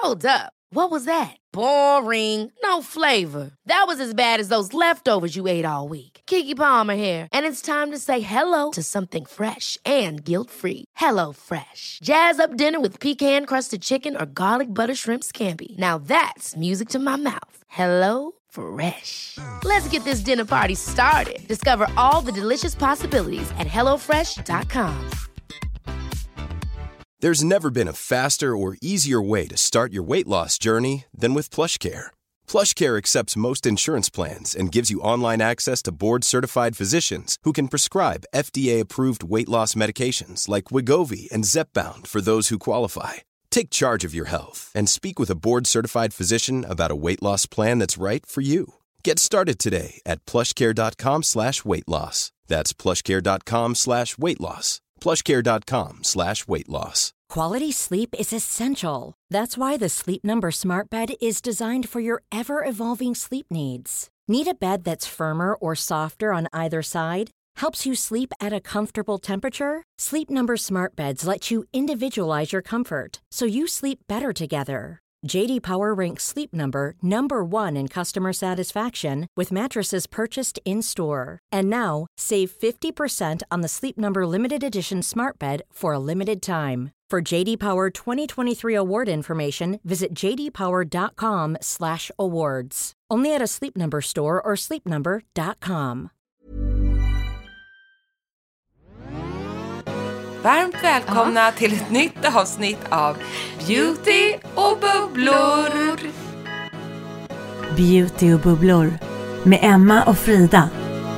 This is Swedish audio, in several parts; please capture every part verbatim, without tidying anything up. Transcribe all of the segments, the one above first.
Hold up. What was that? Boring. No flavor. That was as bad as those leftovers you ate all week. Keke Palmer here, and it's time to say hello to something fresh and guilt-free. Hello Fresh. Jazz up dinner with pecan-crusted chicken or garlic butter shrimp scampi. Now that's music to my mouth. Hello Fresh. Let's get this dinner party started. Discover all the delicious possibilities at hello fresh dot com. There's never been a faster or easier way to start your weight loss journey than with PlushCare. PlushCare accepts most insurance plans and gives you online access to board-certified physicians who can prescribe F D A-approved weight loss medications like Wegovy and Zepbound for those who qualify. Take charge of your health and speak with a board-certified physician about a weight loss plan that's right for you. Get started today at plushcare.com slash weight loss. That's plushcare.com slash weight loss. plushcare.com slash weight loss. Quality sleep is essential. That's why the Sleep Number Smart Bed is designed for your ever-evolving sleep needs. Need a bed that's firmer or softer on either side? Helps you sleep at a comfortable temperature? Sleep Number Smart Beds let you individualize your comfort, so you sleep better together. J D Power ranks Sleep Number number one in customer satisfaction with mattresses purchased in-store. And now, save fifty percent on the Sleep Number Limited Edition Smart Bed for a limited time. For J D Power twenty twenty-three award information, visit j d power dot com slash awards. Only at a Sleep Number store or sleep number dot com. Varmt välkomna Aha. till ett nytt avsnitt av Beauty och bubblor. Beauty och bubblor med Emma och Frida.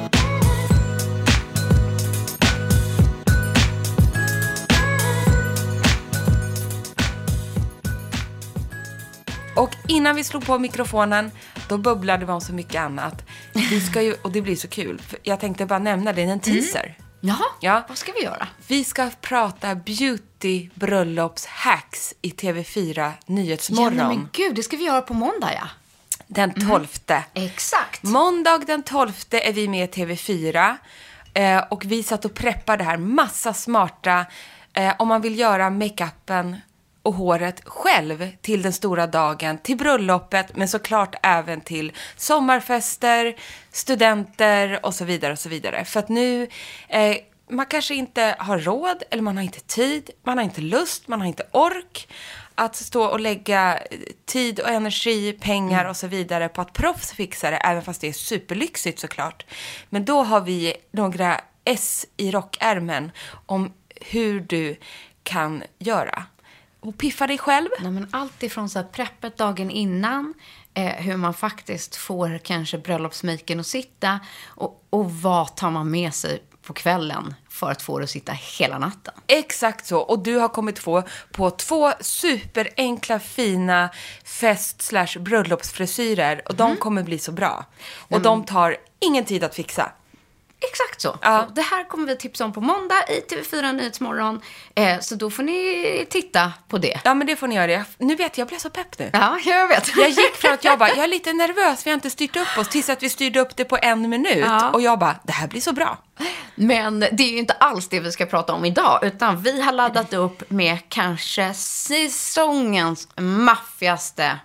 Och innan vi slog på mikrofonen, då bubblade vi om så mycket annat. Vi ska ju, och det blir så kul. Jag tänkte bara nämna det, en teaser. Mm. Jaha, ja. Vad ska vi göra? Vi ska prata beauty bröllopshacks i T V fyra Nyhetsmorgon. Ja, men gud, det ska vi göra på måndag, ja. Den tolfte. Mm. Exakt. Måndag den tolfte är vi med i T V fyra. Eh, och vi satt och preppade här. Massa smarta, eh, om man vill göra make-upen och håret själv till den stora dagen, till bröllopet, men såklart även till sommarfester, studenter och så vidare och så vidare. För att nu, eh, man kanske inte har råd, eller man har inte tid, man har inte lust, man har inte ork att stå och lägga tid och energi, pengar och så vidare på att proffs fixa det, även fast det är superlyxigt såklart. Men då har vi några S i rockärmen om hur du kan göra. Och piffa dig själv? Nej, men allt ifrån så här preppet dagen innan, eh, hur man faktiskt får kanske bröllopsmiken att sitta, och, och vad tar man med sig på kvällen för att få det att sitta hela natten. Exakt så. Och du har kommit få på två superenkla, fina fest slash bröllopsfrisyrer. Och de mm. kommer bli så bra. Och mm. de tar ingen tid att fixa. Exakt så. Ja. Det här kommer vi tipsa om på måndag i T V fyra Nyhetsmorgon. Eh, så då får ni titta på det. Ja, men det får ni göra. Nu vet jag, jag blev så pepp nu. Ja, jag vet. Jag gick från att jag bara, jag är lite nervös, vi har inte styrt upp oss, tills att vi styrde upp det på en minut. Ja. Och jag bara, det här blir så bra. Men det är ju inte alls det vi ska prata om idag, utan vi har laddat upp med kanske säsongens maffigaste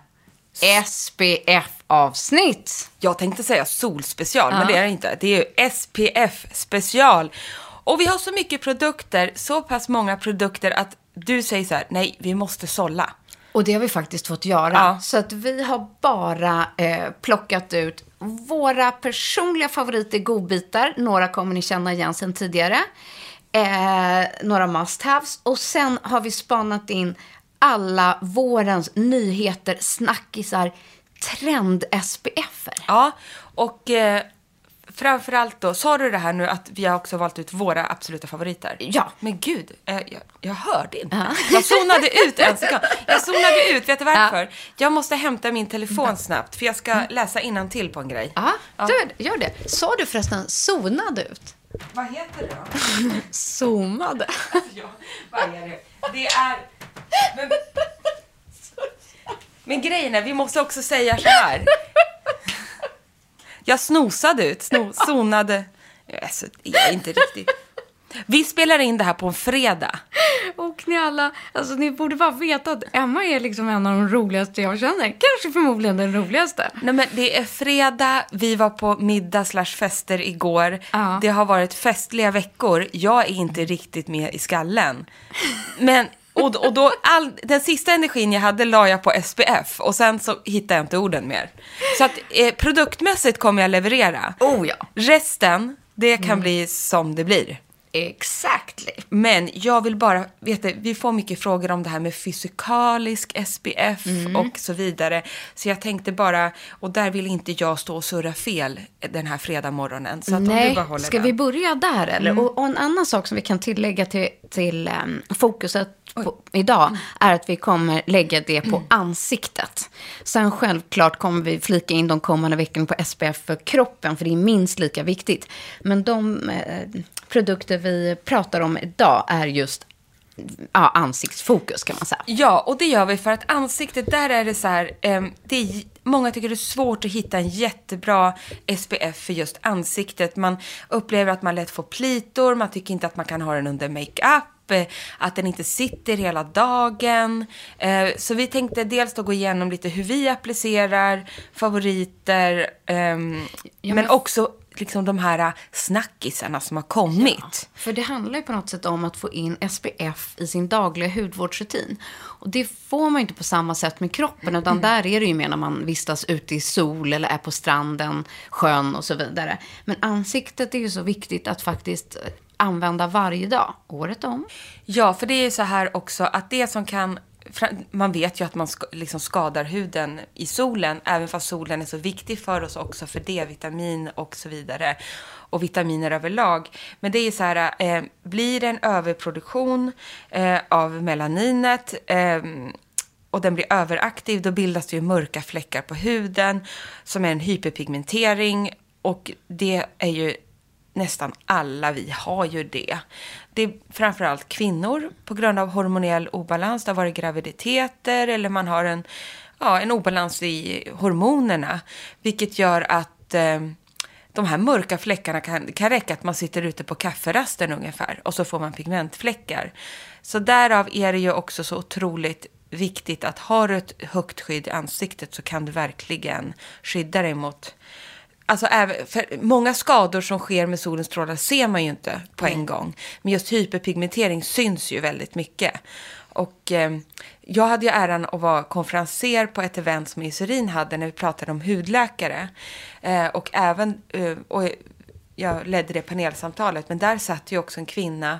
S P F-avsnitt. Jag tänkte säga solspecial, ja. Men det är det inte. Det är ju S P F-special. Och vi har så mycket produkter, så pass många produkter att du säger så här, nej, vi måste sålla. Och det har vi faktiskt fått göra. Ja. Så att vi har bara eh, plockat ut våra personliga favoriter godbitar. Några kommer ni känna igen sedan tidigare. Eh, några must-haves. Och sen har vi spanat in alla vårens nyheter, snackisar, trend-S P F-er. Ja, och eh, framförallt då, sa du det här nu att vi har också valt ut våra absoluta favoriter? Ja. Men gud, eh, jag, jag hörde inte. Uh-huh. Jag zonade ut en sekund. Jag zonade ut, vet du varför? Uh. Jag måste hämta min telefon snabbt, för jag ska läsa innantill på en grej. Uh-huh. Ja, du, gör det. Sa du förresten zonade ut? Vad heter det då? Zoomade. Ja, vad är det? Det är... Men, men grejen är, vi måste också säga så här. Jag snosade ut, sno, zonade. Alltså, jag är inte riktigt. Vi spelar in det här på en fredag. Och ni alla, alltså ni borde bara veta att Emma är liksom en av de roligaste jag känner. Kanske förmodligen den roligaste. Nej, men det är fredag, vi var på middag slash fester igår. Ja. Det har varit festliga veckor. Jag är inte riktigt med i skallen. Men, och, och då, all, den sista energin jag hade la jag på S P F. Och sen så hittade jag inte orden mer. Så att eh, produktmässigt kommer jag leverera. Oh ja. Resten, det kan Mm. bli som det blir. Exactly. Men jag vill bara, vet du, vi får mycket frågor om det här med fysikalisk S P F Mm. och så vidare. Så jag tänkte bara, och där vill inte jag stå och surra fel den här fredagsmorgonen. Så att om Nej, du bara håller ska den. vi börja där eller? Mm. Och, och en annan sak som vi kan tillägga till, till um, fokuset på, idag är att vi kommer lägga det på mm. ansiktet. Sen självklart kommer vi flika in de kommande veckorna på S P F för kroppen, för det är minst lika viktigt. Men de eh, produkter vi pratar om idag är just ja, ansiktsfokus kan man säga. Ja, och det gör vi för att ansiktet, där är det så här, eh, det är, många tycker det är svårt att hitta en jättebra S P F för just ansiktet. Man upplever att man lätt får plitor, man tycker inte att man kan ha den under makeup, eh, att den inte sitter hela dagen. Eh, så vi tänkte dels då gå igenom lite hur vi applicerar, favoriter, eh, ja, men, men också liksom de här snackisarna som har kommit. Ja, för det handlar ju på något sätt om att få in S P F i sin dagliga hudvårdsrutin. Och det får man inte på samma sätt med kroppen, utan mm. där är det ju mer när man vistas ute i sol eller är på stranden, sjön och så vidare. Men ansiktet är ju så viktigt att faktiskt använda varje dag, året om. Ja, för det är ju så här också att det som kan, man vet ju att man liksom skadar huden i solen, även fast solen är så viktig för oss också för D-vitamin och så vidare, och vitaminer överlag. Men det är så här, eh, blir det en överproduktion eh, av melaninet eh, och den blir överaktiv, då bildas det ju mörka fläckar på huden som är en hyperpigmentering, och det är ju nästan alla vi har ju det. Det är framförallt kvinnor på grund av hormonell obalans. Det har varit graviditeter eller man har en, ja, en obalans i hormonerna. Vilket gör att eh, de här mörka fläckarna kan, kan räcka att man sitter ute på kafferasten ungefär. Och så får man pigmentfläckar. Så därav är det ju också så otroligt viktigt att har du ett högt skydd i ansiktet så kan du verkligen skydda dig mot. Alltså, för många skador som sker med solens strålar ser man ju inte på en gång. Men just hyperpigmentering syns ju väldigt mycket. Och eh, jag hade ju äran att vara konferenser på ett event som Isorin hade när vi pratade om hudläkare. Eh, och även, eh, och jag ledde det panelsamtalet, men där satt ju också en kvinna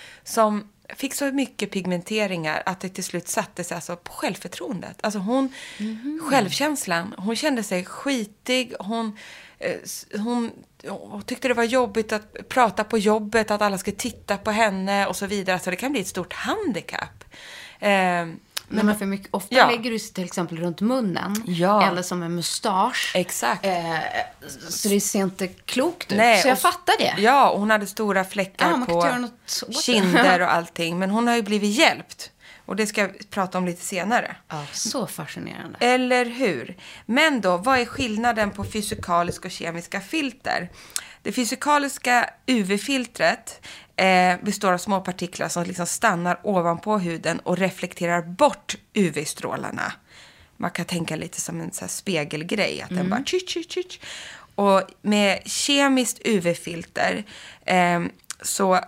som fick så mycket pigmenteringar att det till slut satte sig alltså på självförtroendet. Alltså hon, mm. självkänslan, hon kände sig skitig, hon, eh, hon, hon tyckte det var jobbigt att prata på jobbet, att alla ska titta på henne och så vidare. Så det kan bli ett stort handikapp. Eh, Men, men för mycket, ofta ja. lägger du sig till exempel runt munnen. Ja. Eller som en mustasch. Exakt. Eh, så det ser inte klokt ut. Nej, så jag och, fattar det. Ja, och hon hade stora fläckar ja, på kinder och allting. Men hon har ju blivit hjälpt. Och det ska jag prata om lite senare. Ja, så fascinerande. Eller hur? Men då, vad är skillnaden på fysikaliska och kemiska filter? Det fysikaliska U V-filtret eh, består av små partiklar som liksom stannar ovanpå huden och reflekterar bort U V-strålarna. Man kan tänka lite som en så här spegelgrej, att mm. den bara tjut, tjut, tjut. Och med kemiskt U V-filter eh, så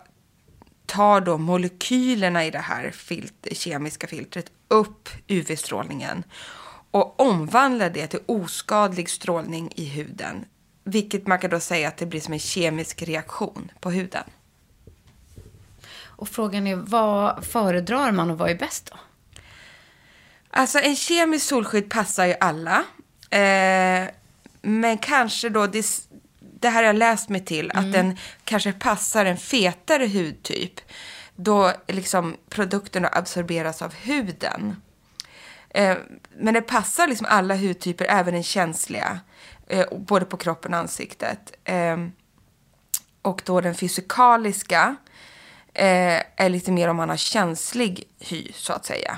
tar då molekylerna i det här filter, kemiska filtret upp U V-strålningen och omvandlar det till oskadlig strålning i huden. Vilket man kan då säga att det blir som en kemisk reaktion på huden. Och frågan är, vad föredrar man och vad är bäst då? Alltså en kemisk solskydd passar ju alla. Eh, men kanske då, det, det här har jag läst mig till, mm. att den kanske passar en fetare hudtyp. Då liksom produkterna absorberas av huden. Eh, men det passar liksom alla hudtyper, även den känsliga. Eh, både på kroppen och ansiktet. Eh, och då den fysikaliska eh, är lite mer om man har känslig hy, så att säga.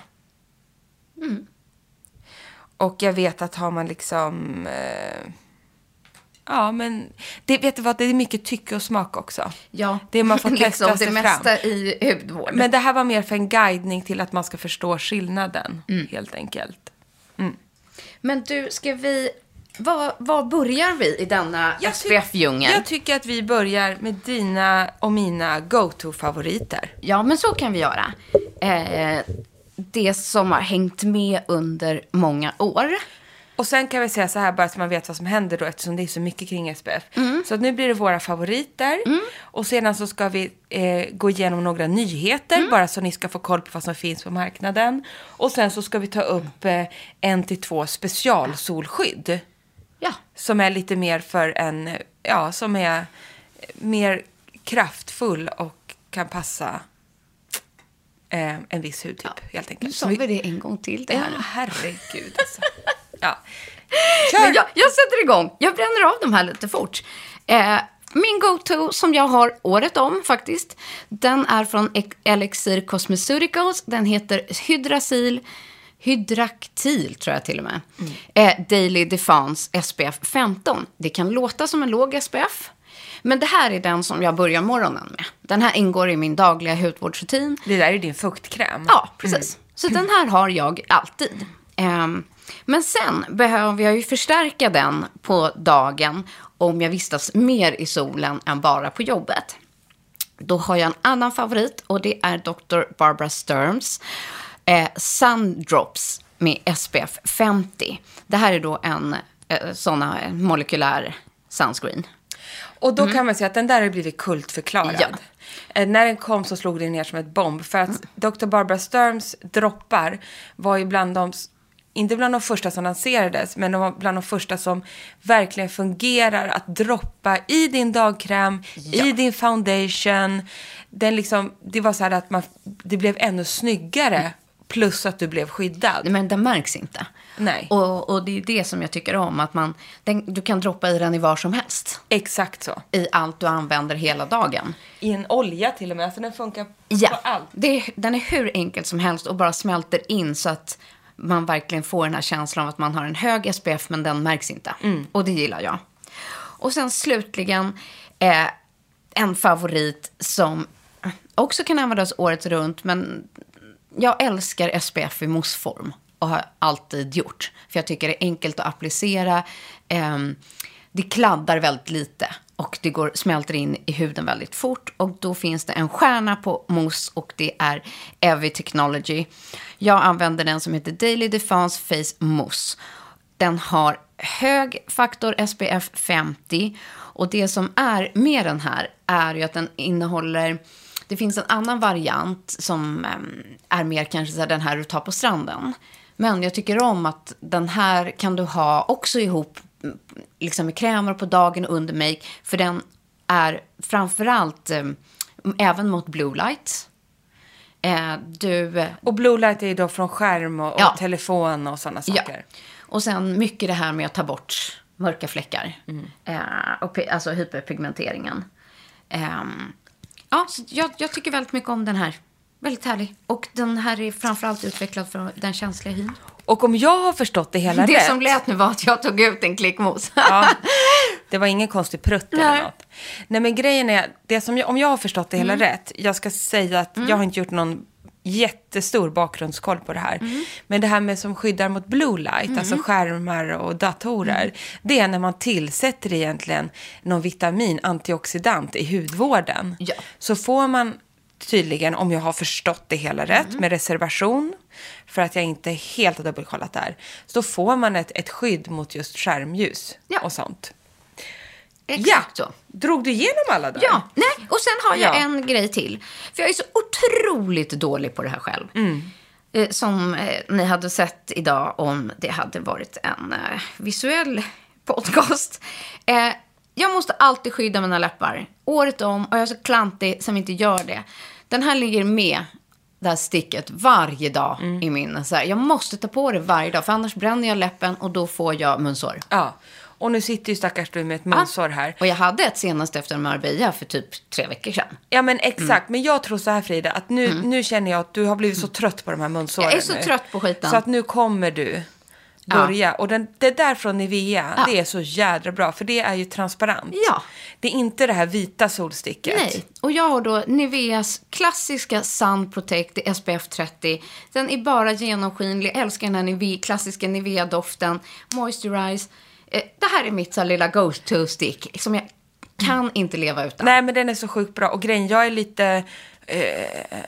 Mm. Och jag vet att har man liksom... Eh, Ja, men det, vet du vad, det är mycket tycke och smak också. Ja, det man får testa liksom sig det mesta fram. i hudvård. Men det här var mer för en guidning till att man ska förstå skillnaden, mm. helt enkelt. Mm. Men du, ska vi... Var, var börjar vi i denna S P F-djungel? Jag tycker att vi börjar med dina och mina go-to-favoriter. Ja, men så kan vi göra. Eh, det som har hängt med under många år. Och sen kan vi säga så här, bara så man vet vad som händer då, eftersom det är så mycket kring S P F. Mm. Så att nu blir det våra favoriter. Mm. Och sedan så ska vi eh, gå igenom några nyheter, mm. bara så ni ska få koll på vad som finns på marknaden. Och sen så ska vi ta upp eh, en till två specialsolskydd. Ja. Som är lite mer för en, ja, som är mer kraftfull och kan passa eh, en viss hudtyp, ja. helt enkelt. Nu sa vi det en gång till det här. Ja, herregud alltså. Ja. Men jag, jag sätter igång. Jag bränner av de här lite fort. Eh, min go-to som jag har året om faktiskt, den är från Elixir Cosmeceuticals. Den heter Hydrasil, Hydraktil tror jag till och med. Mm. Eh, Daily Defense S P F femton. Det kan låta som en låg S P F. Men det här är den som jag börjar morgonen med. Den här ingår i min dagliga hudvårdsrutin. Det där är din fuktkräm. Ja, precis. Mm. Så den här har jag alltid. Um, men sen behöver jag ju förstärka den på dagen om jag vistas mer i solen än bara på jobbet. Då har jag en annan favorit och det är doktor Barbara Sturms eh, Sun Drops med S P F femtio. Det här är då en eh, sån molekylär sunscreen. Och då mm. kan man säga att den där har blivit kultförklarad. Ja. Eh, när den kom så slog den ner som ett bomb. För att mm. doktor Barbara Sturms droppar var ju bland de, inte bland de första som lanserades, men de var bland de första som verkligen fungerar att droppa i din dagkräm, ja. i din foundation. Den liksom, det var så här att man, det blev ännu snyggare. Mm. Plus att du blev skyddad. Men den märks inte. Nej. Och, och det är det som jag tycker om. Att man, den, du kan droppa i den i var som helst. Exakt så. I allt du använder hela dagen. I en olja till och med. Alltså den funkar ja, på allt. Det, den är hur enkel som helst och bara smälter in så att man verkligen får den här känslan av att man har en hög S P F men den märks inte. Mm. Och det gillar jag. Och sen slutligen eh, en favorit som också kan användas året runt, men jag älskar S P F i moussform och har alltid gjort. För jag tycker det är enkelt att applicera. Eh, det kladdar väldigt lite och det går, smälter in i huden väldigt fort. Och då finns det en stjärna på mousse och det är Evi Technology. Jag använder den som heter Daily Defense Face Mousse. Den har hög faktor S P F femtio och det som är med den här är ju att den innehåller... Det finns en annan variant som är mer kanske så den här du tar på stranden. Men jag tycker om att den här kan du ha också ihop liksom med krämer på dagen och under make. För den är framförallt eh, även mot blue light. Eh, du, och blue light är ju då från skärm och, ja. och telefon och sådana saker. Ja. Och sen mycket det här med att ta bort mörka fläckar. Mm. Eh, och, alltså hyperpigmenteringen. Eh, Ja, så jag, jag tycker väldigt mycket om den här. Väldigt härlig. Och den här är framförallt utvecklad för den känsliga hyn. Och om jag har förstått det hela det rätt... Det som lät nu var att jag tog ut en klickmos. Ja, det var ingen konstig prutt eller något. Nej, men grejen är, det som jag, om jag har förstått det hela mm. rätt... Jag ska säga att mm. jag har inte gjort någon jättestor bakgrundskoll på det här. Mm. Men det här med som skyddar mot blue light, mm. alltså skärmar och datorer, mm. det är när man tillsätter egentligen någon vitamin, antioxidant i hudvården. Ja. Så får man tydligen, om jag har förstått det hela rätt, mm. med reservation, för att jag inte helt har dubbelkollat där, så får man ett, ett skydd mot just skärmljus ja. och sånt. Exakt ja. så. Drog du igenom alla där? Ja, nej. Och sen har jag ja. en grej till. För jag är så otroligt dålig på det här själv. Mm. Eh, som eh, ni hade sett idag om det hade varit en eh, visuell podcast. Eh, jag måste alltid skydda mina läppar. Året om. Och jag är så klantig som inte gör det. Den här ligger med, det här sticket, varje dag mm. i min. Så här, jag måste ta på det varje dag. För annars bränner jag läppen och då får jag munsår. Ja. Och nu sitter ju stackars du med ett munsår här. Och jag hade ett senast efter Marbella för typ tre veckor sedan. Ja, men exakt. Mm. Men jag tror så här, Frida, att nu, mm. nu känner jag att du har blivit så trött på de här munsåren. Jag är så nu. trött på skiten. Så att nu kommer du börja. Ja. Och den, det där från Nivea, Ja. det är så jädra bra. För det är ju transparent. Ja. Det är inte det här vita solsticket. Nej, och jag har då Niveas klassiska Sun Protect i S P F trettio. Den är bara genomskinlig. Jag älskar den här Nivea, klassiska Nivea-doften. Moisturize. Eh, det här är mitt så här lilla go-to-stick som jag kan inte leva utan. Nej, men den är så sjukt bra. Och grejen, jag är lite... Eh,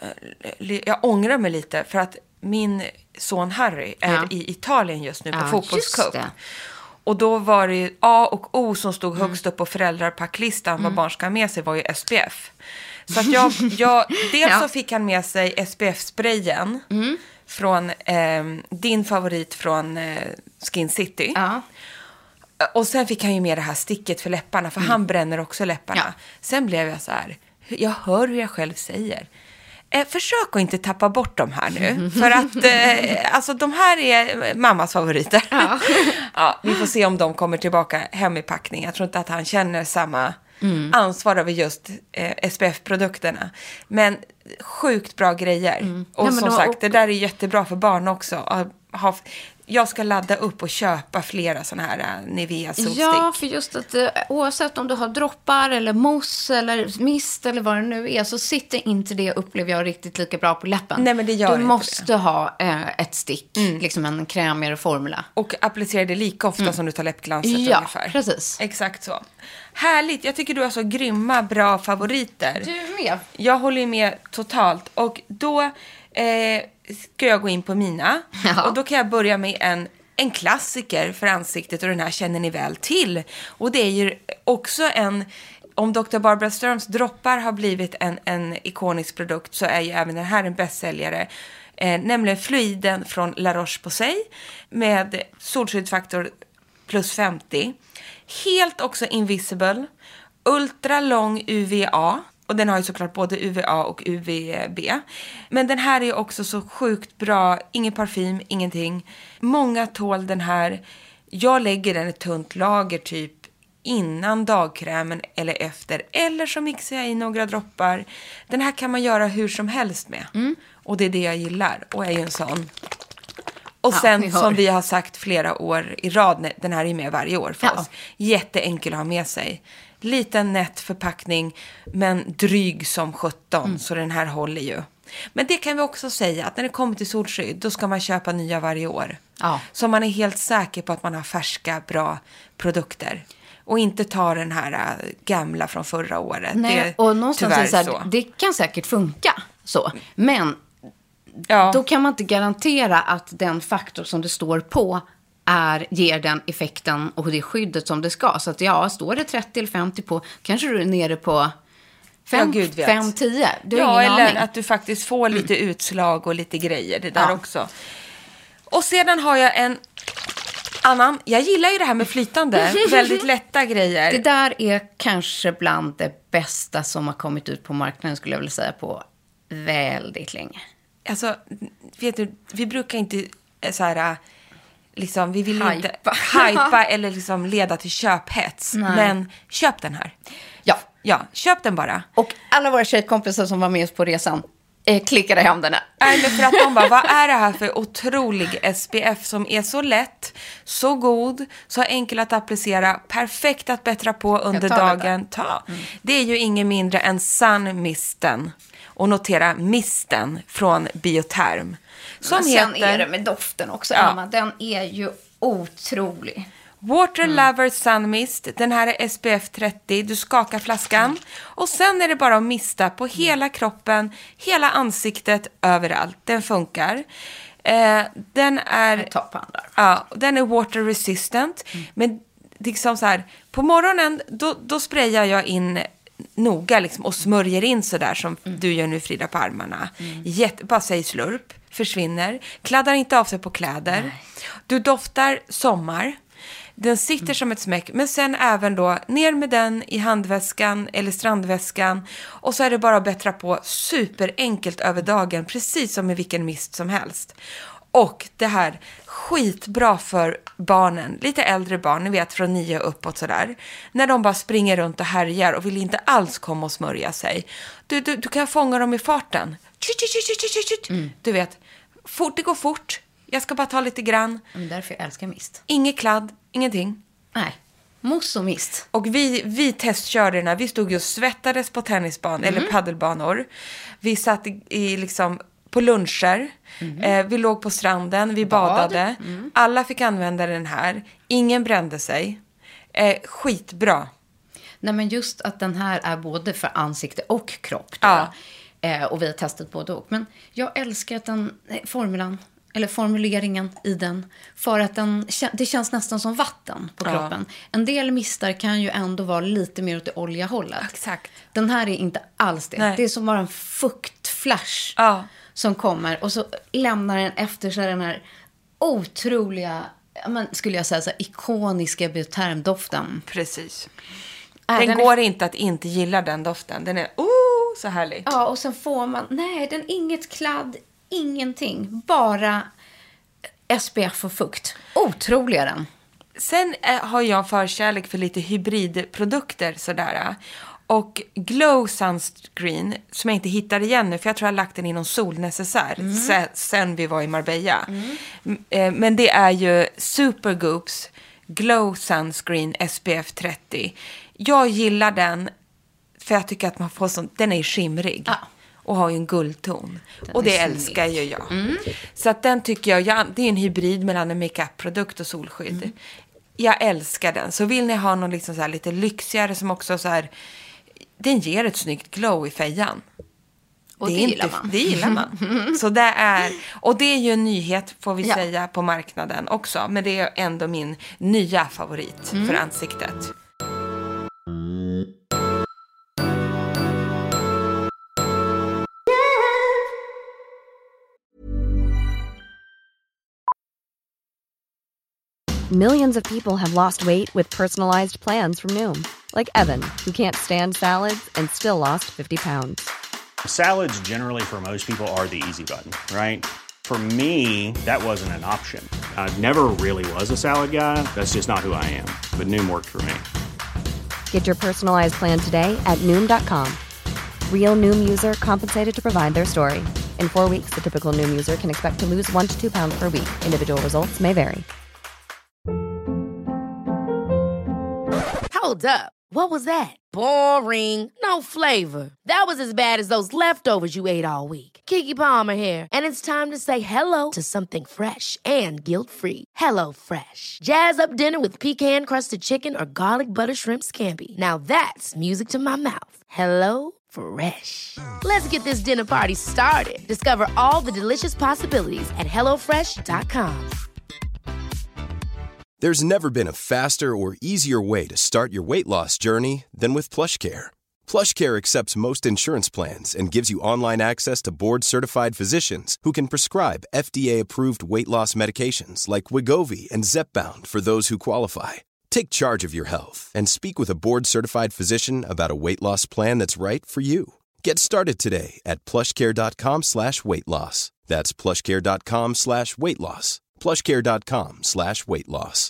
jag ångrar mig lite för att min son Harry är Ja. i Italien just nu på Ja, fotbollscup. just det. Och då var det ju A och O som stod högst upp på föräldrapacklistan vad barn ska ha med sig var ju S P F. Så att jag, jag dels Ja. så fick han med sig S P F-sprayen från eh, din favorit från eh, Skin City. Ja. Och sen fick han ju med det här sticket för läpparna, för han bränner också läpparna. Ja. Sen blev jag så här, jag hör hur jag själv säger. Eh, försök att inte tappa bort de här nu. För att eh, alltså, de här är mammas favoriter. Ja. Ja, vi får se om de kommer tillbaka hem i packning. Jag tror inte att han känner samma mm. ansvar över just eh, S P F-produkterna. Men sjukt bra grejer. Mm. Och Nej, men som då, sagt, och... det där är jättebra för barn också. Att ha, jag ska ladda upp och köpa flera sådana här uh, Nivea solstick. Ja, för just att uh, oavsett om du har droppar eller mousse eller mist eller vad det nu är, så sitter inte det, upplever jag, riktigt lika bra på läppen. Nej, men det gör du inte måste det. ha uh, ett stick, mm. liksom en krämigare formula. Och applicera det lika ofta mm. som du tar läppglanset ja, ungefär. Ja, precis. Exakt så. Härligt, jag tycker du har så grymma, bra favoriter. Du är med. Jag håller ju med totalt. Och då eh, ska jag gå in på mina. Ja. Och då kan jag börja med en, en klassiker för ansiktet. Och den här känner ni väl till. Och det är ju också en... Om doktor Barbara Sturms droppar har blivit en, en ikonisk produkt, så är ju även den här en bästsäljare. Eh, nämligen fluiden från La Roche-Posay med solskyddsfaktor plus femtio. Helt också invisible. Ultralång U V A. Och den har ju såklart både U V A och U V B. Men den här är också så sjukt bra. Ingen parfym, ingenting. Många tål den här. Jag lägger den i ett tunt lager typ innan dagkrämen eller efter. Eller så mixar jag i några droppar. Den här kan man göra hur som helst med. Mm. Och det är det jag gillar. Och är ju en sån. Och sen, ja, som vi har sagt flera år i rad, den här är med varje år för ja. oss. Jätteenkel att ha med sig. Liten nätt förpackning, men dryg som sjutton. Mm. Så den här håller ju. Men det kan vi också säga, att när det kommer till solskydd, då ska man köpa nya varje år. Ja. Så man är helt säker på att man har färska, bra produkter. Och inte ta den här gamla från förra året. Nej, det och någonstans är så här, så. Det kan säkert funka så. Men ja. då kan man inte garantera att den faktor som det står på är, ger den effekten och det skyddet som det ska. Så att ja, står det trettio eller femtio på, kanske du är nere på fem, ja, fem tio. Du ja, ingen eller aning. Att du faktiskt får lite mm. utslag och lite grejer. Det där ja. också. Och sedan har jag en annan. Jag gillar ju det här med flytande. Väldigt lätta grejer. Det där är kanske bland det bästa som har kommit ut på marknaden, skulle jag vilja säga, på väldigt länge. Alltså, vet du, vi brukar inte så här, liksom, vi vill hypa. inte hypa eller liksom leda till köphets. Nej. Men köp den här. Ja. Ja, köp den bara. Och alla våra tjejkompisar som var med oss på resan eh, klickade hem den här. Nej, men för att de bara, vad är det här för otrolig S P F som är så lätt, så god, så enkel att applicera, perfekt att bättra på under dagen. Ta. Mm. Det är ju ingen mindre än Sun-misten. Och notera misten från Bioterm. Som men heter... sen är det med doften också, ja. Emma. Den är ju otrolig. Water mm. Lover Sun Mist. Den här är S P F trettio. Du skakar flaskan. Mm. Och sen är det bara att mista på hela kroppen, hela ansiktet, överallt. Den funkar. Eh, den är... Ja, den är water resistant. Mm. Men liksom så här, på morgonen då, då sprayar jag in noga liksom, och smörjer in så där som mm. du gör nu, Frida, på armarna. Mm. Jätte, bara säg slurp, försvinner. Kladdar inte av sig på kläder. Nej. Du doftar sommar. Den sitter mm. som ett smäck. Men sen även då ner med den i handväskan eller strandväskan. Och så är det bara att bättra på superenkelt över dagen. Precis som med vilken mist som helst. Och det här, skitbra för barnen, lite äldre barn, ni vet från nio uppåt sådär. När de bara springer runt och härjar och vill inte alls komma och smörja sig. Du, du, du kan fånga dem i farten. Mm. Du vet, fort, det går fort. Jag ska bara ta lite grann. Men därför jag älskar mist. Inget kladd, ingenting. Nej, mousse och mist. Och vi, vi testkörde den här. Vi stod ju och svettades på tennisban mm. eller paddelbanor. Vi satt i, i liksom på luncher. Mm. Eh, vi låg på stranden, vi Bad. badade. Mm. Alla fick använda den här. Ingen brände sig. Eh, skitbra. Nej, men just att den här är både för ansikte och kropp. Ja. Eh, och vi har testat både och. Men jag älskar att den formulan, eller formuleringen i den. För att den, det känns nästan som vatten på kroppen. Ja. En del mistar kan ju ändå vara lite mer åt det oljehållet. Exakt. Den här är inte alls det. Nej. Det är som bara en fuktflash ja. som kommer. Och så lämnar den efter sig den här otroliga, men, skulle jag säga så här, ikoniska biotermdoften. Precis. Äh, den, den går är... inte att inte gilla den doften. Den är oh, så härlig. Ja, och sen får man, nej, den inget kladd, ingenting. Bara S P F och fukt. Otroliga den. Sen eh, har jag förkärlek för lite hybridprodukter sådär. Och Glow Sunscreen, som jag inte hittar igen nu, för jag tror jag har lagt den i någon solnecessär mm. sen, sen vi var i Marbella. Mm. Eh, men det är ju Supergoops Glow Sunscreen S P F trettio. Jag gillar den för jag tycker att man får sånt, den är skimrig. Ja. Och har ju en guldton. Den och det älskar ju jag. Mm. Så att den tycker jag, jag, det är en hybrid mellan en makeup-produkt och solskydd. Mm. Jag älskar den. Så vill ni ha någon liksom så här lite lyxigare som också så här, den ger ett snyggt glow i fejan. Och det, det gillar inte, man. Det gillar man. Så det är, och det är ju en nyhet får vi ja. säga på marknaden också. Men det är ändå min nya favorit mm. för ansiktet. Millions of people have lost weight with personalized plans from Noom. Like Evan, who can't stand salads and still lost fifty pounds. Salads generally for most people are the easy button, right? For me, that wasn't an option. I never really was a salad guy. That's just not who I am. But Noom worked for me. Get your personalized plan today at Noom dot com. Real Noom user compensated to provide their story. In four weeks, the typical Noom user can expect to lose one to two pounds per week. Individual results may vary. Hold up. What was that? Boring. No flavor. That was as bad as those leftovers you ate all week. Keke Palmer here, and it's time to say hello to something fresh and guilt-free. Hello Fresh. Jazz up dinner with pecan-crusted chicken or garlic butter shrimp scampi. Now that's music to my mouth. Hello Fresh. Let's get this dinner party started. Discover all the delicious possibilities at hello fresh dot com. There's never been a faster or easier way to start your weight loss journey than with PlushCare. PlushCare accepts most insurance plans and gives you online access to board-certified physicians who can prescribe F D A-approved weight loss medications like Wegovy and Zepbound for those who qualify. Take charge of your health and speak with a board-certified physician about a weight loss plan that's right for you. Get started today at plushcare.com slash weight loss. That's plushcare.com slash weight loss. plushcare.com slash weight loss.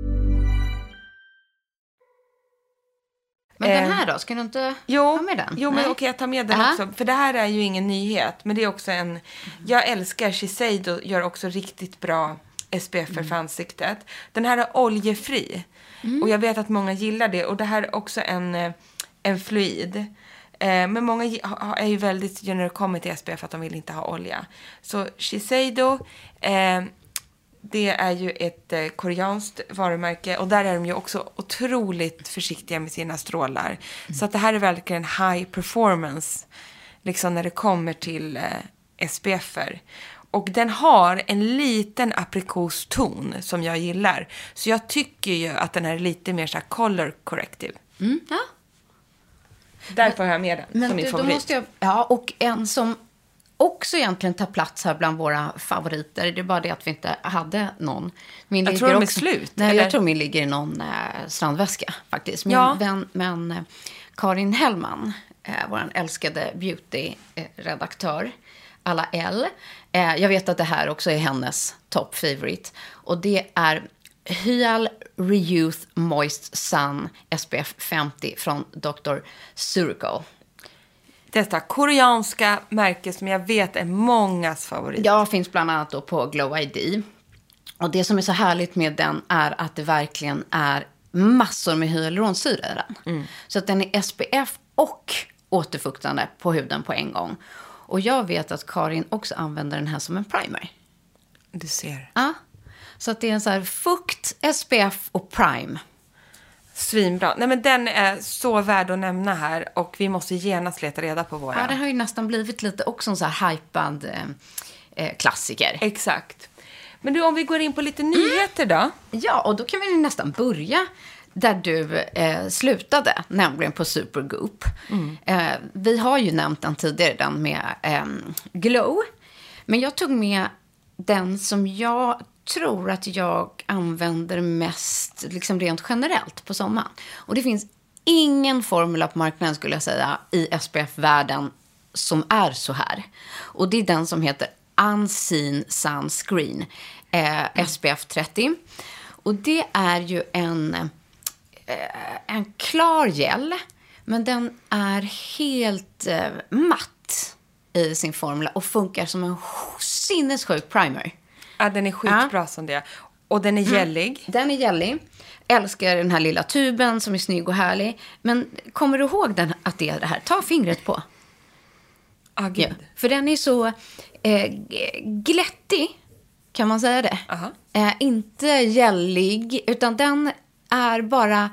Men den här då, ska du inte jo, ha med den? Jo, men okej, jag tar med den uh-huh. också. För det här är ju ingen nyhet. Men det är också en... Jag älskar Shiseido, gör också riktigt bra S P F mm. för ansiktet. Den här är oljefri. Mm. Och jag vet att många gillar det. Och det här är också en, en fluid. Eh, men många är ju väldigt, när det kommer till S P F, att de vill inte ha olja. Så Shiseido... Eh, det är ju ett eh, koreanskt varumärke. Och där är de ju också otroligt försiktiga med sina strålar. Mm. Så att det här är verkligen high performance. Liksom när det kommer till eh, S P F-er. Och den har en liten aprikoston som jag gillar. Så jag tycker ju att den är lite mer så här color corrective. Mm, ja. Därför har jag med den men som min du, favorit. Då måste jag, ja, och en som... också egentligen tar plats här bland våra favoriter. Det är bara det att vi inte hade någon. Min jag tror de är också, slut. Nej, eller? jag tror min ligger i någon eh, strandväska faktiskt. Min ja. vän, men eh, Karin Hellman, eh, vår älskade beauty-redaktör, alla L. Eh, jag vet att det här också är hennes top favorite. Och det är Hyal Re-Youth Moist Sun S P F femtio från doktor Surico. detta koreanska märke som jag vet är mångas favorit. Ja, finns bland annat då på Glow I D. Och det som är så härligt med den är att det verkligen är massor med hyaluronsyra i den. Mm. Så att den är S P F och återfuktande på huden på en gång. Och jag vet att Karin också använder den här som en primer. Du ser. Ja, så att det är en så här fukt, S P F och prime. Svinbra. Nej, men den är så värd att nämna här. Och vi måste genast leta reda på våra. Ja, det har ju nästan blivit lite också en så här hypad eh, klassiker. Exakt. Men du, om vi går in på lite nyheter då. Ja, och då kan vi nästan börja där du eh, slutade, nämligen på Supergoop. Mm. Eh, vi har ju nämnt den tidigare, den med eh, Glow. Men jag tog med den som jag tror att jag använder mest liksom rent generellt på sommaren. Och det finns ingen formula på marknaden, skulle jag säga, i S P F-världen som är så här. Och det är den som heter Unseen Sunscreen, eh, S P F trettio. Och det är ju en, eh, en klar gel, men den är helt eh, matt i sin formula och funkar som en sinnessjuk primer. Ja, den är skitbra ja. som det. Och den är gällig. Mm. Den är gällig. Älskar den här lilla tuben som är snygg och härlig. Men kommer du ihåg den, att det är det här? Ta fingret på. Ah, ja, för den är så eh, glättig, kan man säga det. Uh-huh. Eh, inte gällig, utan den är bara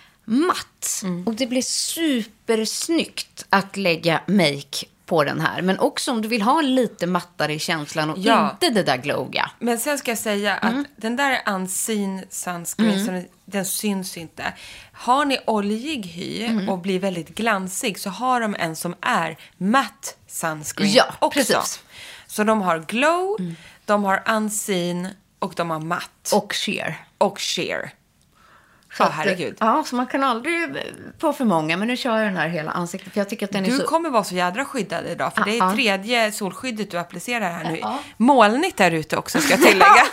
matt. Mm. Och det blir supersnyggt att lägga make på den här. Men också om du vill ha lite mattare i känslan och ja. inte det där glowiga. Men sen ska jag säga mm. att den där unseen sunscreen, mm. den, den syns inte. Har ni oljig hy mm. och blir väldigt glansig, så har de en som är matte sunscreen ja, också. Precis. Så de har glow, mm. de har unseen och de har matte. Och sheer. Och sheer. Ja, oh, herregud. Ja, så man kan aldrig på för många, men nu kör jag den här hela ansiktet, för jag tycker att den är du så... Du kommer vara så jädra skyddad idag, för ja, det är ja. tredje solskyddet du applicerar här nu. Ja. Molnigt där ute också, ska jag tillägga.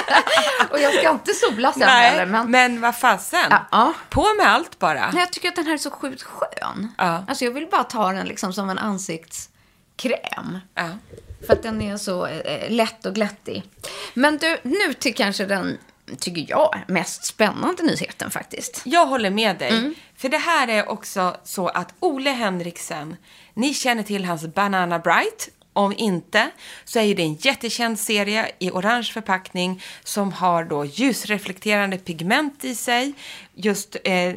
Och jag ska inte sola sen Nej, heller, men... men vad fasen? Ja, ja. På med allt bara. Nej, jag tycker att den här är så sjukt skön. Ja. Alltså, jag vill bara ta den liksom som en ansiktskräm. Ja. För att den är så eh, lätt och glättig. Men du, nu till kanske den... tycker jag, mest spännande nyheten faktiskt. Jag håller med dig. Mm. För det här är också så att Ole Henriksen, ni känner till hans Banana Bright. Om inte, så är ju det en jättekänd serie i orange förpackning som har då ljusreflekterande pigment i sig, just eh,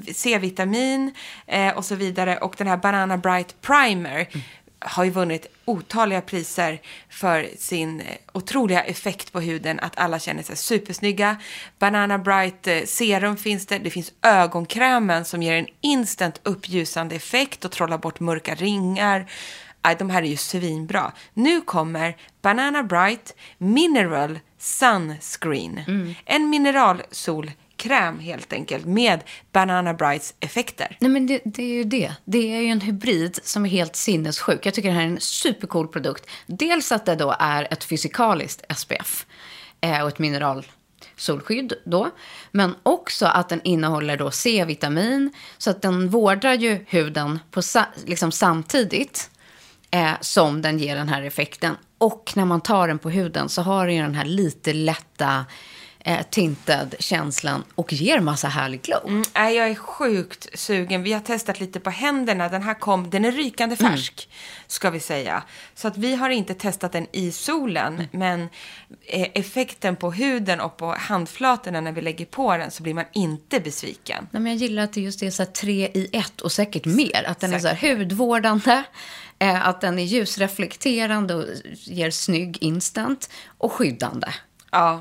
C-vitamin eh, och så vidare. Och den här Banana Bright Primer mm. har ju vunnit otaliga priser för sin otroliga effekt på huden, att alla känner sig supersnygga. Banana Bright serum finns det. Det finns ögonkrämen som ger en instant uppljusande effekt och trollar bort mörka ringar. Aj, de här är ju svinbra. Nu kommer Banana Bright Mineral Sunscreen. Mm. En mineralsol kräm helt enkelt med Banana Brights effekter. Nej, men det, det är ju det. Det är ju en hybrid som är helt sinnessjuk. Jag tycker det här är en supercool produkt. Dels att det då är ett fysikaliskt S P F eh, och ett mineralsolskydd då. Men också att den innehåller då C-vitamin, så att den vårdar ju huden på sa- liksom samtidigt eh, som den ger den här effekten. Och när man tar den på huden så har den ju den här lite lätta Eh, tintad känslan och ger massa härlig glow. Mm, jag är sjukt sugen. Vi har testat lite på händerna. Den här kom, den är rykande färsk, mm. ska vi säga. Så att vi har inte testat den i solen. Mm. Men eh, effekten på huden och på handflatorna när vi lägger på den, så blir man inte besviken. Nej, men jag gillar att det just är så här tre i ett och säkert mer. Att den säkert. är så här hudvårdande. Eh, att den är ljusreflekterande och ger snygg instant. Och skyddande. Ja.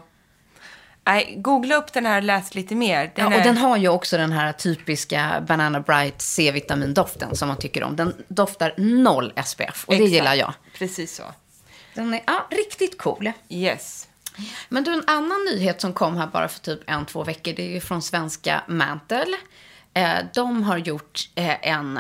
Nej, googla upp den här och läs lite mer. Den ja, är... och den har ju också den här typiska Banana Bright C-vitamindoften som man tycker om. Den doftar noll S P F och Exakt. Det gillar jag. Precis så. Den är ja, riktigt cool. Yes. Men du, en annan nyhet som kom här bara för typ en, två veckor, det är ju från svenska Mantle. Eh, de har gjort eh, en,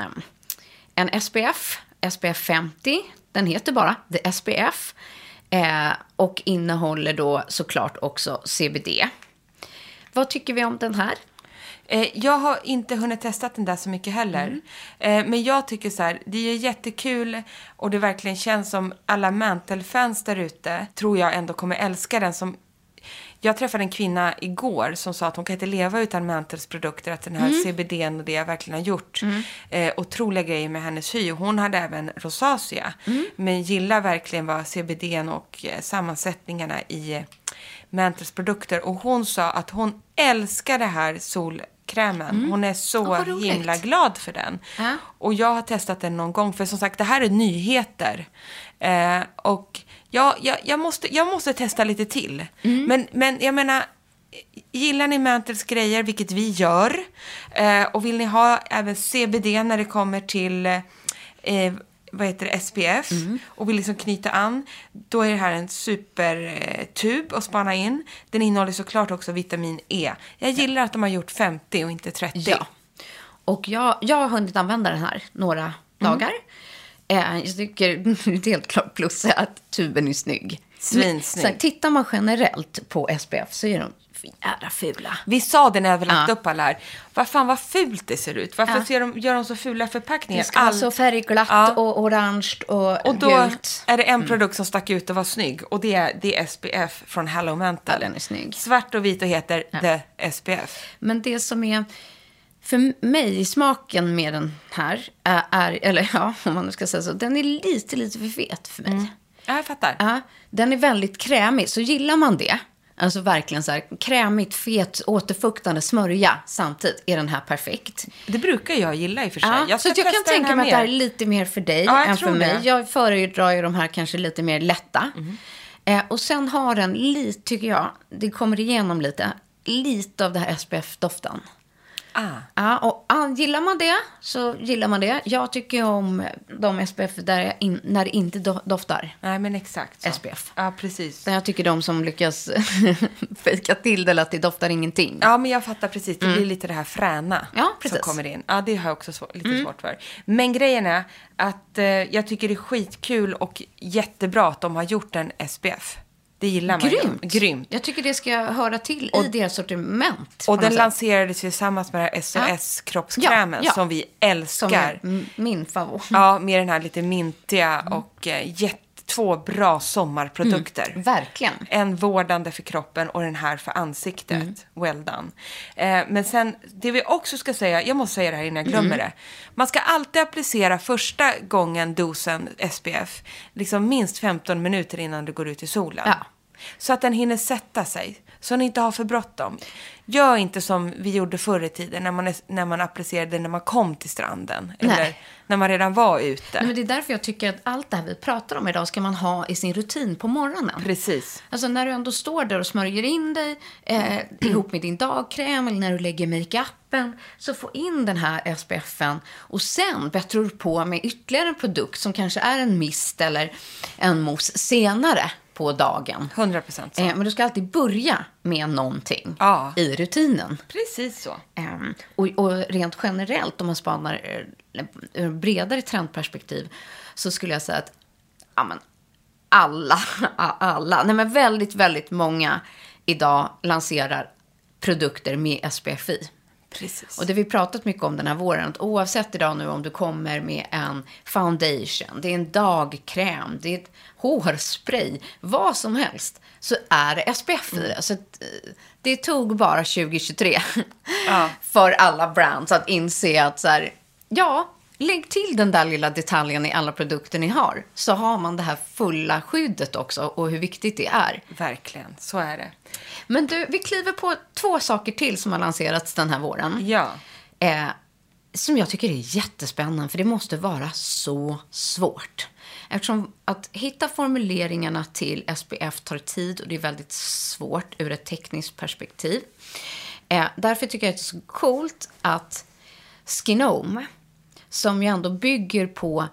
en S P F, S P F femtio. Den heter bara The S P F. Eh, och innehåller då såklart också C B D. Vad tycker vi om den här? Eh, jag har inte hunnit testa den där så mycket heller. Mm. Eh, men jag tycker så här, det är jättekul och det verkligen känns som alla Mantle-fans där ute tror jag ändå kommer älska den. Som jag träffade en kvinna igår som sa att hon kan inte leva utan Mantles produkter. Att den här mm. C B D:n och det jag verkligen har gjort mm. eh, otroliga grejer med hennes hy. Hon hade även rosacea. Mm. Men gillar verkligen vad C B D:n och eh, sammansättningarna i eh, Mantles produkter. Och hon sa att hon älskar det här solkrämen. Mm. Hon är så oh, himla glad för den. Äh? Och jag har testat den någon gång. För som sagt, det här är nyheter. Eh, och Ja, jag, jag, måste, jag måste testa lite till. Mm. Men, men jag menar, gillar ni Mantles grejer, vilket vi gör. Eh, och vill ni ha även C B D när det kommer till eh, vad heter det, S P F. Mm. Och vill liksom knyta an. Då är det här en supertub att spana in. Den innehåller såklart också vitamin E. Jag gillar att de har gjort femtio och inte trettio. Ja. Och jag, jag har hunnit använda den här några dagar. Mm. Jag tycker det är helt klart plus att tuben är snygg. Svinsnygg. Sen tittar man generellt på S P F så är de jävla fula. Vi sa det när vi lagt ja. upp alla här. Vad fan vad fult det ser ut. Varför ja. ser de, gör de så fula förpackningar? Det ska All... vara så färgglatt ja. och orange och, och då gult. är det en mm. produkt som stack ut och var snygg. Och det är, det är S P F från Hello Mantle. Ja, den är snygg. Svart och vit och heter ja. The S P F. Men det som är... För mig, smaken med den här är, är, eller ja, om man nu ska säga så, den är lite, lite för fet för mig. Mm. Ja, jag fattar. Ja, den är väldigt krämig, så gillar man det, alltså verkligen så här krämigt, fet, återfuktande smörja samtidigt, är den här perfekt. Det brukar jag gilla i och för sig. Ja, jag så jag kan tänka mig att det här är lite mer för dig ja, än för mig. Det. Jag föredrar ju de här kanske lite mer lätta. Mm. Eh, och sen har den lite, tycker jag, det kommer igenom lite, lite av det här S P F-doften. Ah. Ja, och ah, gillar man det så gillar man det. Jag tycker om de S P F där in, när det inte do, doftar. Nej, men exakt så. S P F. Ja, precis. Men jag tycker de som lyckas fejka till det, att det doftar ingenting. Ja, men jag fattar precis. Det mm. blir lite det här fräna ja, precis. som kommer in. Ja, det har jag också svår, lite mm. svårt för. Men grejen är att eh, jag tycker det är skitkul och jättebra att de har gjort en S P F. Det gillar man. Grymt. Ju. Grymt. Jag tycker det ska höra till och, i deras sortiment. Och den lanserades tillsammans med S O S-kroppskrämen ja, ja. som vi älskar. Som är min favorit. Ja, med den här lite mintiga mm. och eh, jätte, två bra sommarprodukter. Mm, verkligen. En vårdande för kroppen och den här för ansiktet. Mm. Well done. Eh, men sen, det vi också ska säga, jag måste säga det här innan jag glömmer mm. det. Man ska alltid applicera första gången dosen S P F liksom minst femton minuter innan du går ut i solen. Ja. Så att den hinner sätta sig. Så ni inte har för bråttom. Gör inte som vi gjorde förr i tiden när man, när man applicerade när man kom till stranden. Nej. Eller när man redan var ute. Nej, men det är därför jag tycker att allt det här vi pratar om idag ska man ha i sin rutin på morgonen. Precis. Alltså när du ändå står där och smörjer in dig eh, ihop med din dagkräm eller när du lägger make-upen, så få in den här S P F:en och sen bättrar du på med ytterligare en produkt som kanske är en mist eller en mousse senare på dagen. hundra procent så. Eh, men du ska alltid börja med någonting ja. i rutinen. Precis så. Eh, och, och rent generellt, om man spanar ur bredare trendperspektiv, så skulle jag säga att ja, men, alla, alla, nej men väldigt, väldigt många idag lanserar produkter med S P F i. Precis. Och det vi pratat mycket om den här våren, att oavsett idag nu om du kommer med en foundation, det är en dagkräm, det är ett hårspray, vad som helst, så är det S P F i det. Så att, det tog bara tjugo tjugotre ja. för alla brands att inse att så här, ja, lägg till den där lilla detaljen i alla produkter ni har, så har man det här fulla skyddet också och hur viktigt det är. Verkligen, så är det. Men du, vi kliver på två saker till som har lanserats den här våren. Ja. Eh, som jag tycker är jättespännande, för det måste vara så svårt. Eftersom att hitta formuleringarna till S P F tar tid och det är väldigt svårt ur ett tekniskt perspektiv. Eh, därför tycker jag att det är så coolt att Skinome, som ju ändå bygger på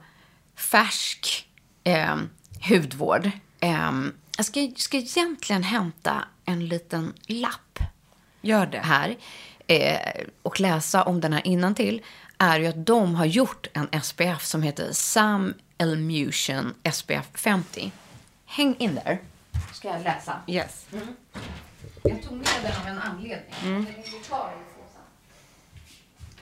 färsk eh, hudvård. Eh, jag ska, ska egentligen hämta en liten lapp. Gör det. Här. Eh, och läsa om den här innantill. Är ju att de har gjort en S P F som heter Sam Emulsion S P F femtio. Häng in där. Ska jag läsa? Yes. Mm. Jag tog med den av en anledning. Mm. Jag tänkte ta den.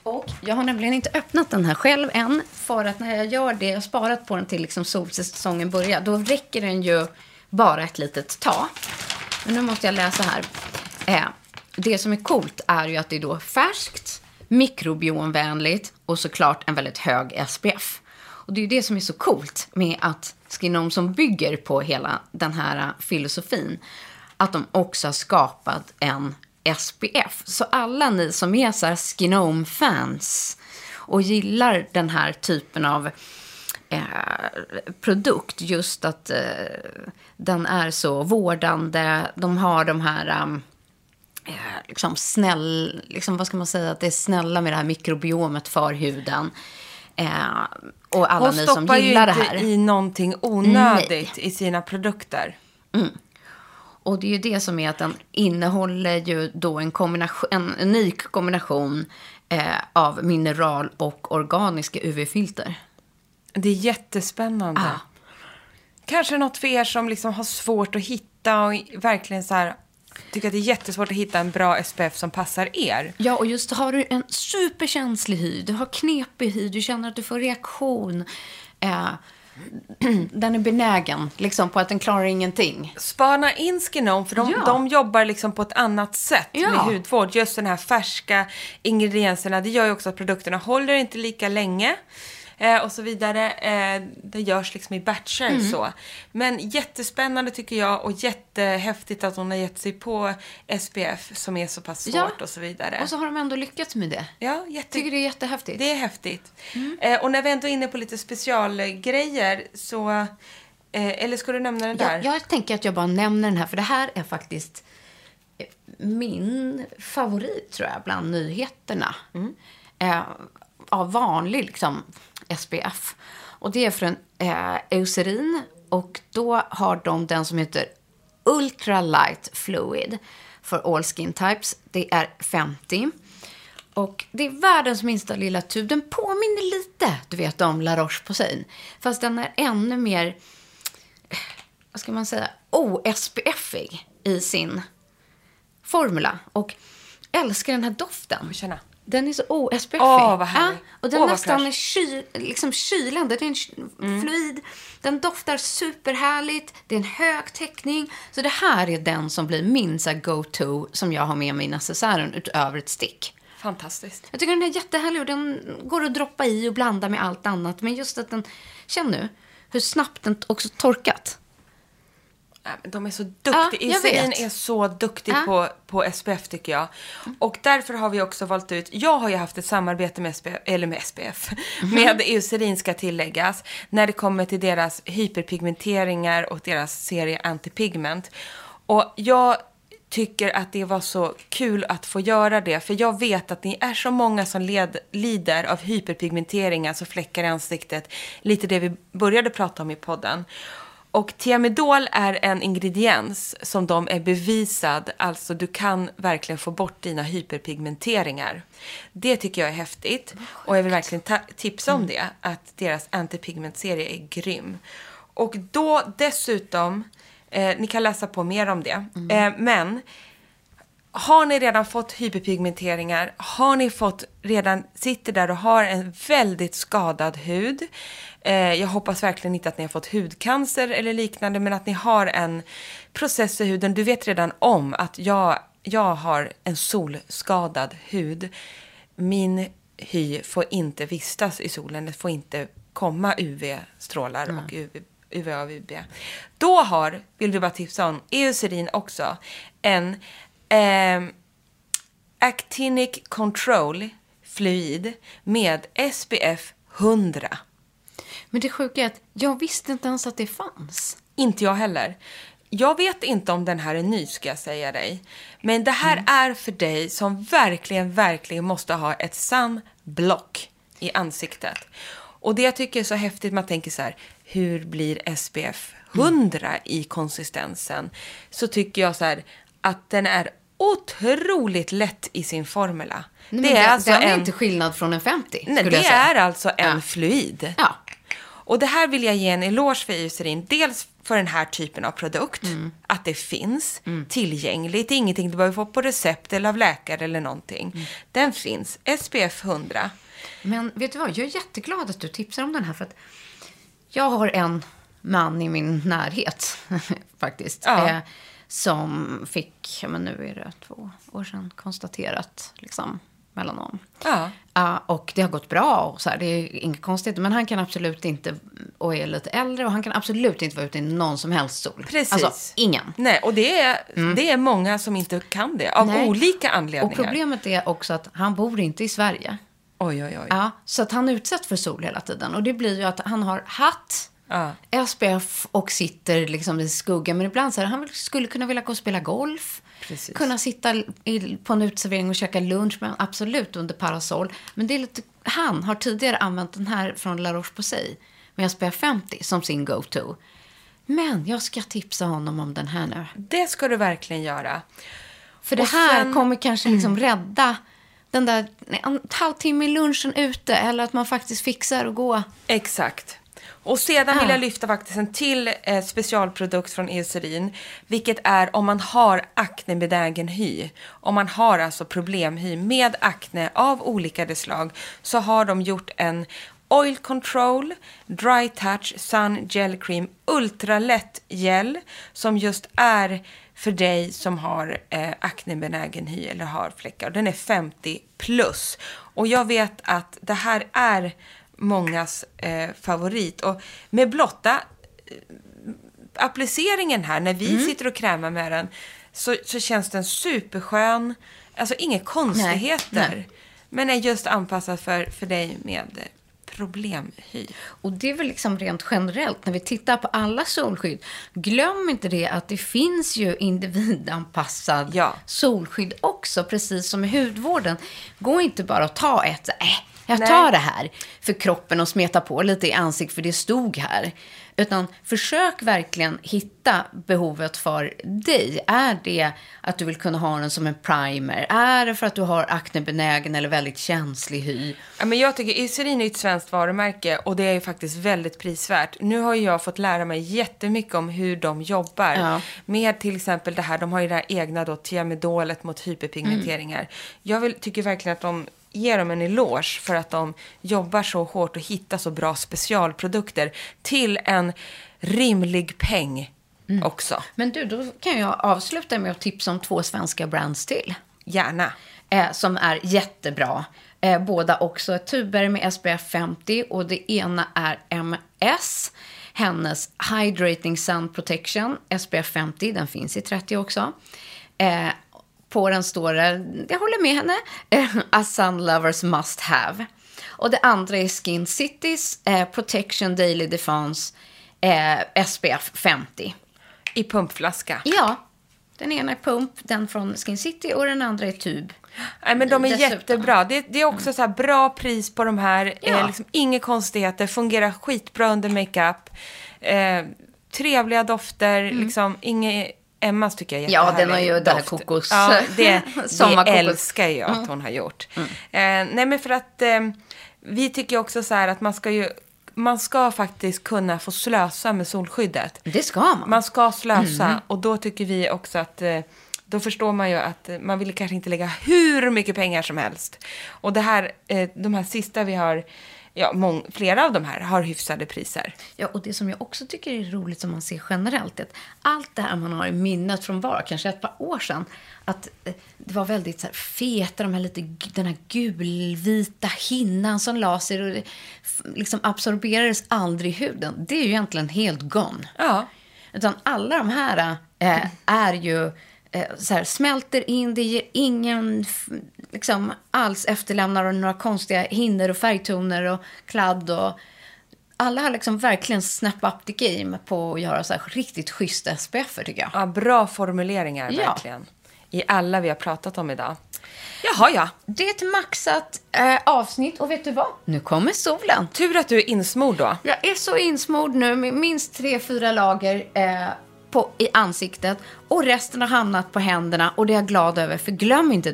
Och jag har nämligen inte öppnat den här själv än. För att när jag gör det, jag har sparat på den till liksom solsäsongen börjar. Då räcker den ju bara ett litet tag. Men nu måste jag läsa här. Eh, det som är coolt är ju att det är då färskt, mikrobiomvänligt och såklart en väldigt hög S P F. Och det är ju det som är så coolt med att Skinome, som bygger på hela den här filosofin, att de också har skapat en S P F. Så alla ni som är så här Skinome-fans och gillar den här typen av eh, produkt, just att eh, den är så vårdande, de har de här um, eh, liksom snäll, liksom, vad ska man säga, att det är snälla med det här mikrobiomet för huden. Eh, och alla ni som gillar det här. Hon stoppar ju inte i någonting onödigt Nej. i sina produkter. Mm. Och det är ju det som är att den innehåller ju då en, kombination, en unik kombination eh, av mineral och organiska U V-filter. Det är jättespännande. Ah. Kanske något för er som liksom har svårt att hitta och verkligen så här, tycker att det är jättesvårt att hitta en bra S P F som passar er. Ja, och just har du en superkänslig hy, du har knepig hy, du känner att du får reaktion. Eh, den är benägen liksom på att den klarar ingenting. Spana in Skinome, för de, ja. de jobbar liksom på ett annat sätt ja. med hudvård. Just den här färska ingredienserna, det gör ju också att produkterna håller inte lika länge. Eh, och så vidare. Eh, det görs liksom i batcher mm. så. Men jättespännande tycker jag, och jättehäftigt att hon har gett sig på S P F som är så pass svårt ja. och så vidare. Och så har de ändå lyckats med det. Ja, jätte... tycker det är jättehäftigt. Det är häftigt. Mm. Eh, och när vi ändå är inne på lite specialgrejer så... Eh, eller ska du nämna den där? Ja, jag tänker att jag bara nämner den här, för det här är faktiskt min favorit, tror jag, bland nyheterna. Mm. Eh, av vanlig liksom S P F. Och det är från eh, Eucerin. Och då har de den som heter Ultra Light Fluid för all skin types. Det är femtio. Och det är världens minsta lilla tub. Den påminner lite, du vet, om La Roche-Posay. Fast den är ännu mer, vad ska man säga, o-S P F-ig i sin formula. Och älskar den här doften. Känna. Den är så o-S P F-ig. Åh, vad härligt. Ja, och den Åh, nästan är ky, liksom kylande. Det är en mm. fluid. Den doftar superhärligt. Det är en hög täckning. Så det här är den som blir min så go-to som jag har med mig i necessären utöver ett stick. Fantastiskt. Jag tycker den är jättehärlig och den går att droppa i och blanda med allt annat. Men just att den, känn nu hur snabbt den också torkat. De är så duktiga. Ja, Eucerin är så duktig ja. på, på S P F tycker jag. Och därför har vi också valt ut, jag har ju haft ett samarbete med S P F, eller med S P F, mm. med Eucerin ska tilläggas, när det kommer till deras hyperpigmenteringar och deras serie Antipigment. Och jag tycker att det var så kul att få göra det, för jag vet att ni är så många som led, lider av hyperpigmentering, alltså fläckar i ansiktet, lite det vi började prata om i podden. Och Thiamidol är en ingrediens som de är bevisad, alltså du kan verkligen få bort dina hyperpigmenteringar. Det tycker jag är häftigt och jag vill verkligen ta- tipsa om det, att deras antipigmentserie är grym. Och då dessutom, eh, ni kan läsa på mer om det, mm. eh, men har ni redan fått hyperpigmenteringar, har ni fått redan, sitter där och har en väldigt skadad hud, eh, jag hoppas verkligen inte att ni har fått hudcancer eller liknande, men att ni har en process i huden, du vet redan om att jag, jag har en solskadad hud, min hy får inte vistas i solen, det får inte komma U V-strålar mm. och U V, U V A och U V B. Då har, vill vi bara tipsa om, Eucerin också en Eh, Actinic Control Fluid med S P F hundra. Men det sjuka är att jag visste inte ens att det fanns. Inte jag heller. Jag vet inte om den här är ny, ska jag säga dig. Men det här mm. är för dig som verkligen, verkligen måste ha ett sunblock i ansiktet. Och det jag tycker är så häftigt, man tänker så här, hur blir S P F hundra mm. i konsistensen? Så tycker jag så här, att den är otroligt lätt i sin formula. Nej, det är den, alltså den är en, inte skillnad från en femtio. Nej, det är alltså en ja. fluid. Ja. Och det här vill jag ge en eloge för Eucerin. Dels för den här typen av produkt. Mm. Att det finns mm. tillgängligt. Det är ingenting du behöver få på recept eller av läkare eller någonting. Mm. Den finns. S P F hundra. Men vet du vad? Jag är jätteglad att du tipsar om den här. För att jag har en man i min närhet faktiskt. Ja. Eh, som fick, ja, men nu är det två år sedan, konstaterat liksom melanom. Ja. Uh, och det har gått bra och så här, det är inget konstigt. Men han kan absolut inte, och är lite äldre, och han kan absolut inte vara ute i någon som helst sol. Precis. Alltså, ingen. Nej, och det är, mm. det är många som inte kan det, av Nej. olika anledningar. Och problemet är också att han bor inte i Sverige. Oj, oj, oj. Ja, så att han är utsatt för sol hela tiden. Och det blir ju att han har hatt, ja. S P F och sitter liksom i skuggan. Men ibland så här, han skulle kunna vilja gå och spela golf. Precis. Kunna sitta i, på en utservering och käka lunch, men absolut under parasoll. Men det är lite, han har tidigare använt den här från La Roche-Posay med S P F femtio som sin go-to. Men jag ska tipsa honom om den här nu. Det ska du verkligen göra. För det och här sen... kommer kanske liksom rädda den där en halvtimme i lunchen ute, eller att man faktiskt fixar att gå. Exakt. Och sedan ah. vill jag lyfta faktiskt en till eh, specialprodukt från Eucerin, vilket är om man har aknebenägen hy. Om man har alltså problemhy med akne av olika slag, så har de gjort en Oil Control Dry Touch Sun Gel Cream ultralätt gel som just är för dig som har eh, aknebenägen hy eller har fläckar. Den är femtio plus. Och jag vet att det här är mångas eh, favorit. Och med blotta eh, appliceringen här, när vi mm. sitter och krämar med den, så, så känns den superskön. Alltså inga konstigheter. Nej, nej. Men är just anpassad för, för dig med problemhy. Och det är väl liksom rent generellt när vi tittar på alla solskydd. Glöm inte det att det finns ju individanpassad ja. solskydd också, precis som i hudvården. Gå inte bara och ta ett, äh, jag tar Nej. det här för kroppen och smeta på lite i ansiktet för det stod här. Utan försök verkligen hitta behovet för dig. Är det att du vill kunna ha den som en primer? Är det för att du har aknebenägen eller väldigt känslig hy? Ja, men jag tycker Eucerin är ett svenskt varumärke och det är ju faktiskt väldigt prisvärt. Nu har jag fått lära mig jättemycket om hur de jobbar. Ja. Med till exempel det här, de har ju det här egna då, thiamidolet mot hyperpigmenteringar. Mm. Jag vill, tycker verkligen att de ger dem en eloge för att de jobbar så hårt och hittar så bra specialprodukter till en rimlig peng mm. också. Men du, då kan jag avsluta med att tipsa om två svenska brands till. Gärna. Eh, som är jättebra. Eh, båda också tuber med S P F femtio och det ena är M S. Hennes Hydrating Sun Protection S P F femtio, den finns i trettio också. Eh, På den står det, jag håller med henne, A Sun Lovers Must Have. Och det andra är Skin Cities eh, Protection Daily Defense eh, S P F femtio. I pumpflaska? Ja, den ena är pump, den från Skin City, och den andra är tub. Nej, men de är Dessutom. jättebra. Det, det är också mm. så här bra pris på de här. Ja. Eh, liksom inga konstigheter, fungerar skitbra under makeup. Eh, trevliga dofter, mm. liksom inget... Emmas tycker jag är Ja, den har ju det här kokos. Ja, det, det älskar jag att hon har gjort. Mm. Eh, nej, men för att eh, vi tycker också så här att man ska ju man ska faktiskt kunna få slösa med solskyddet. Det ska man. Man ska slösa mm. och då tycker vi också att eh, då förstår man ju att man vill kanske inte lägga hur mycket pengar som helst. Och det här, eh, de här sista vi har, ja, mång, flera av de här har hyfsade priser. Ja, och det som jag också tycker är roligt som man ser generellt är att allt det här man har i minnet från bara kanske ett par år sedan, att det var väldigt så här feta, de här lite, den här gulvita hinnan som la sig och det liksom absorberades aldrig i huden. Det är ju egentligen helt gone. Ja. Utan alla de här äh, är ju så här, smälter in, det ger ingen liksom alls efterlämnar några konstiga hinnor och färgtoner och kladd, och alla har liksom verkligen snap up the game på att göra så här riktigt schysst S P F, tycker jag. Ja, bra formuleringar, ja. verkligen. I alla vi har pratat om idag. Jaha, ja. Det är ett maxat äh, avsnitt, och vet du vad? Nu kommer solen. Tur att du är insmord då. Jag är så insmord nu med minst tre, fyra lager äh, på, i ansiktet, och resten har hamnat på händerna, och det är jag glad över, för glöm inte dem.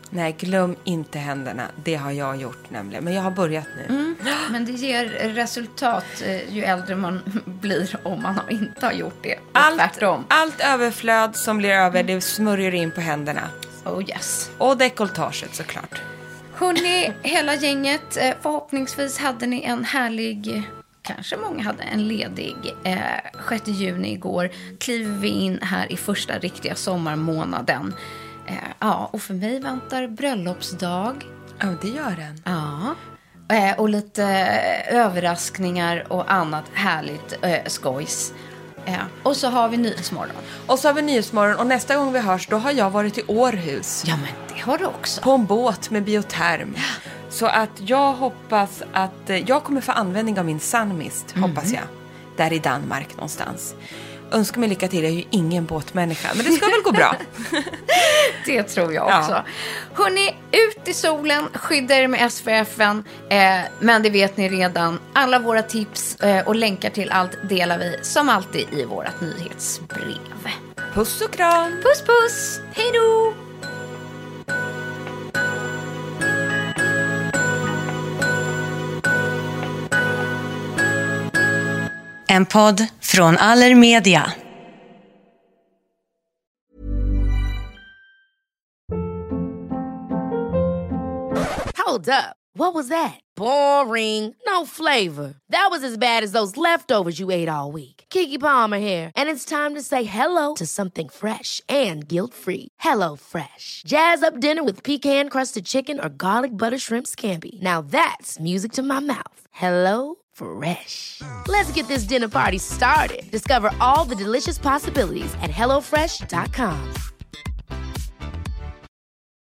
Nej, glöm inte händerna. Det har jag gjort nämligen. Men jag har börjat nu. Mm, men det ger resultat eh, ju äldre man blir om man har inte har gjort det. Allt, allt överflöd som blir över, det smörjer in på händerna. Oh yes. Och dekolletaget såklart. Hörrni, hela gänget. Eh, förhoppningsvis hade ni en härlig... Kanske många hade en ledig eh, sjätte juni igår. Kliver vi in här i första riktiga sommarmånaden. Eh, ja, och för mig väntar bröllopsdag. Ja, det gör den. Ja, eh, och lite eh, överraskningar och annat härligt eh, skojs. Eh, och så har vi Nyhetsmorgon. Och så har vi Nyhetsmorgon och nästa gång vi hörs då har jag varit i Århus. Ja, men det har du också. På en båt med bioterm. Så att jag hoppas att eh, jag kommer få användning av min Sunmist, mm. hoppas jag. Där i Danmark någonstans. Önskar mig lycka till, jag är ju ingen båtmänniska. Men det ska väl gå bra. Det tror jag också. Ja. Hörrni, ut i solen, skydda er med S P F-en. Eh, men det vet ni redan. Alla våra tips eh, och länkar till allt delar vi som alltid i vårat nyhetsbrev. Puss och kram. Puss puss. Hej då. En podd från Allermedia. Hold up. What was that? Boring. No flavor. That was as bad as those leftovers you ate all week. Keke Palmer here, and it's time to say hello to something fresh and guilt-free. Hello Fresh. Jazz up dinner with pecan-crusted chicken or garlic butter shrimp scampi. Now that's music to my mouth. Hello Fresh. Let's get this dinner party started. Discover all the delicious possibilities at hello fresh dot com.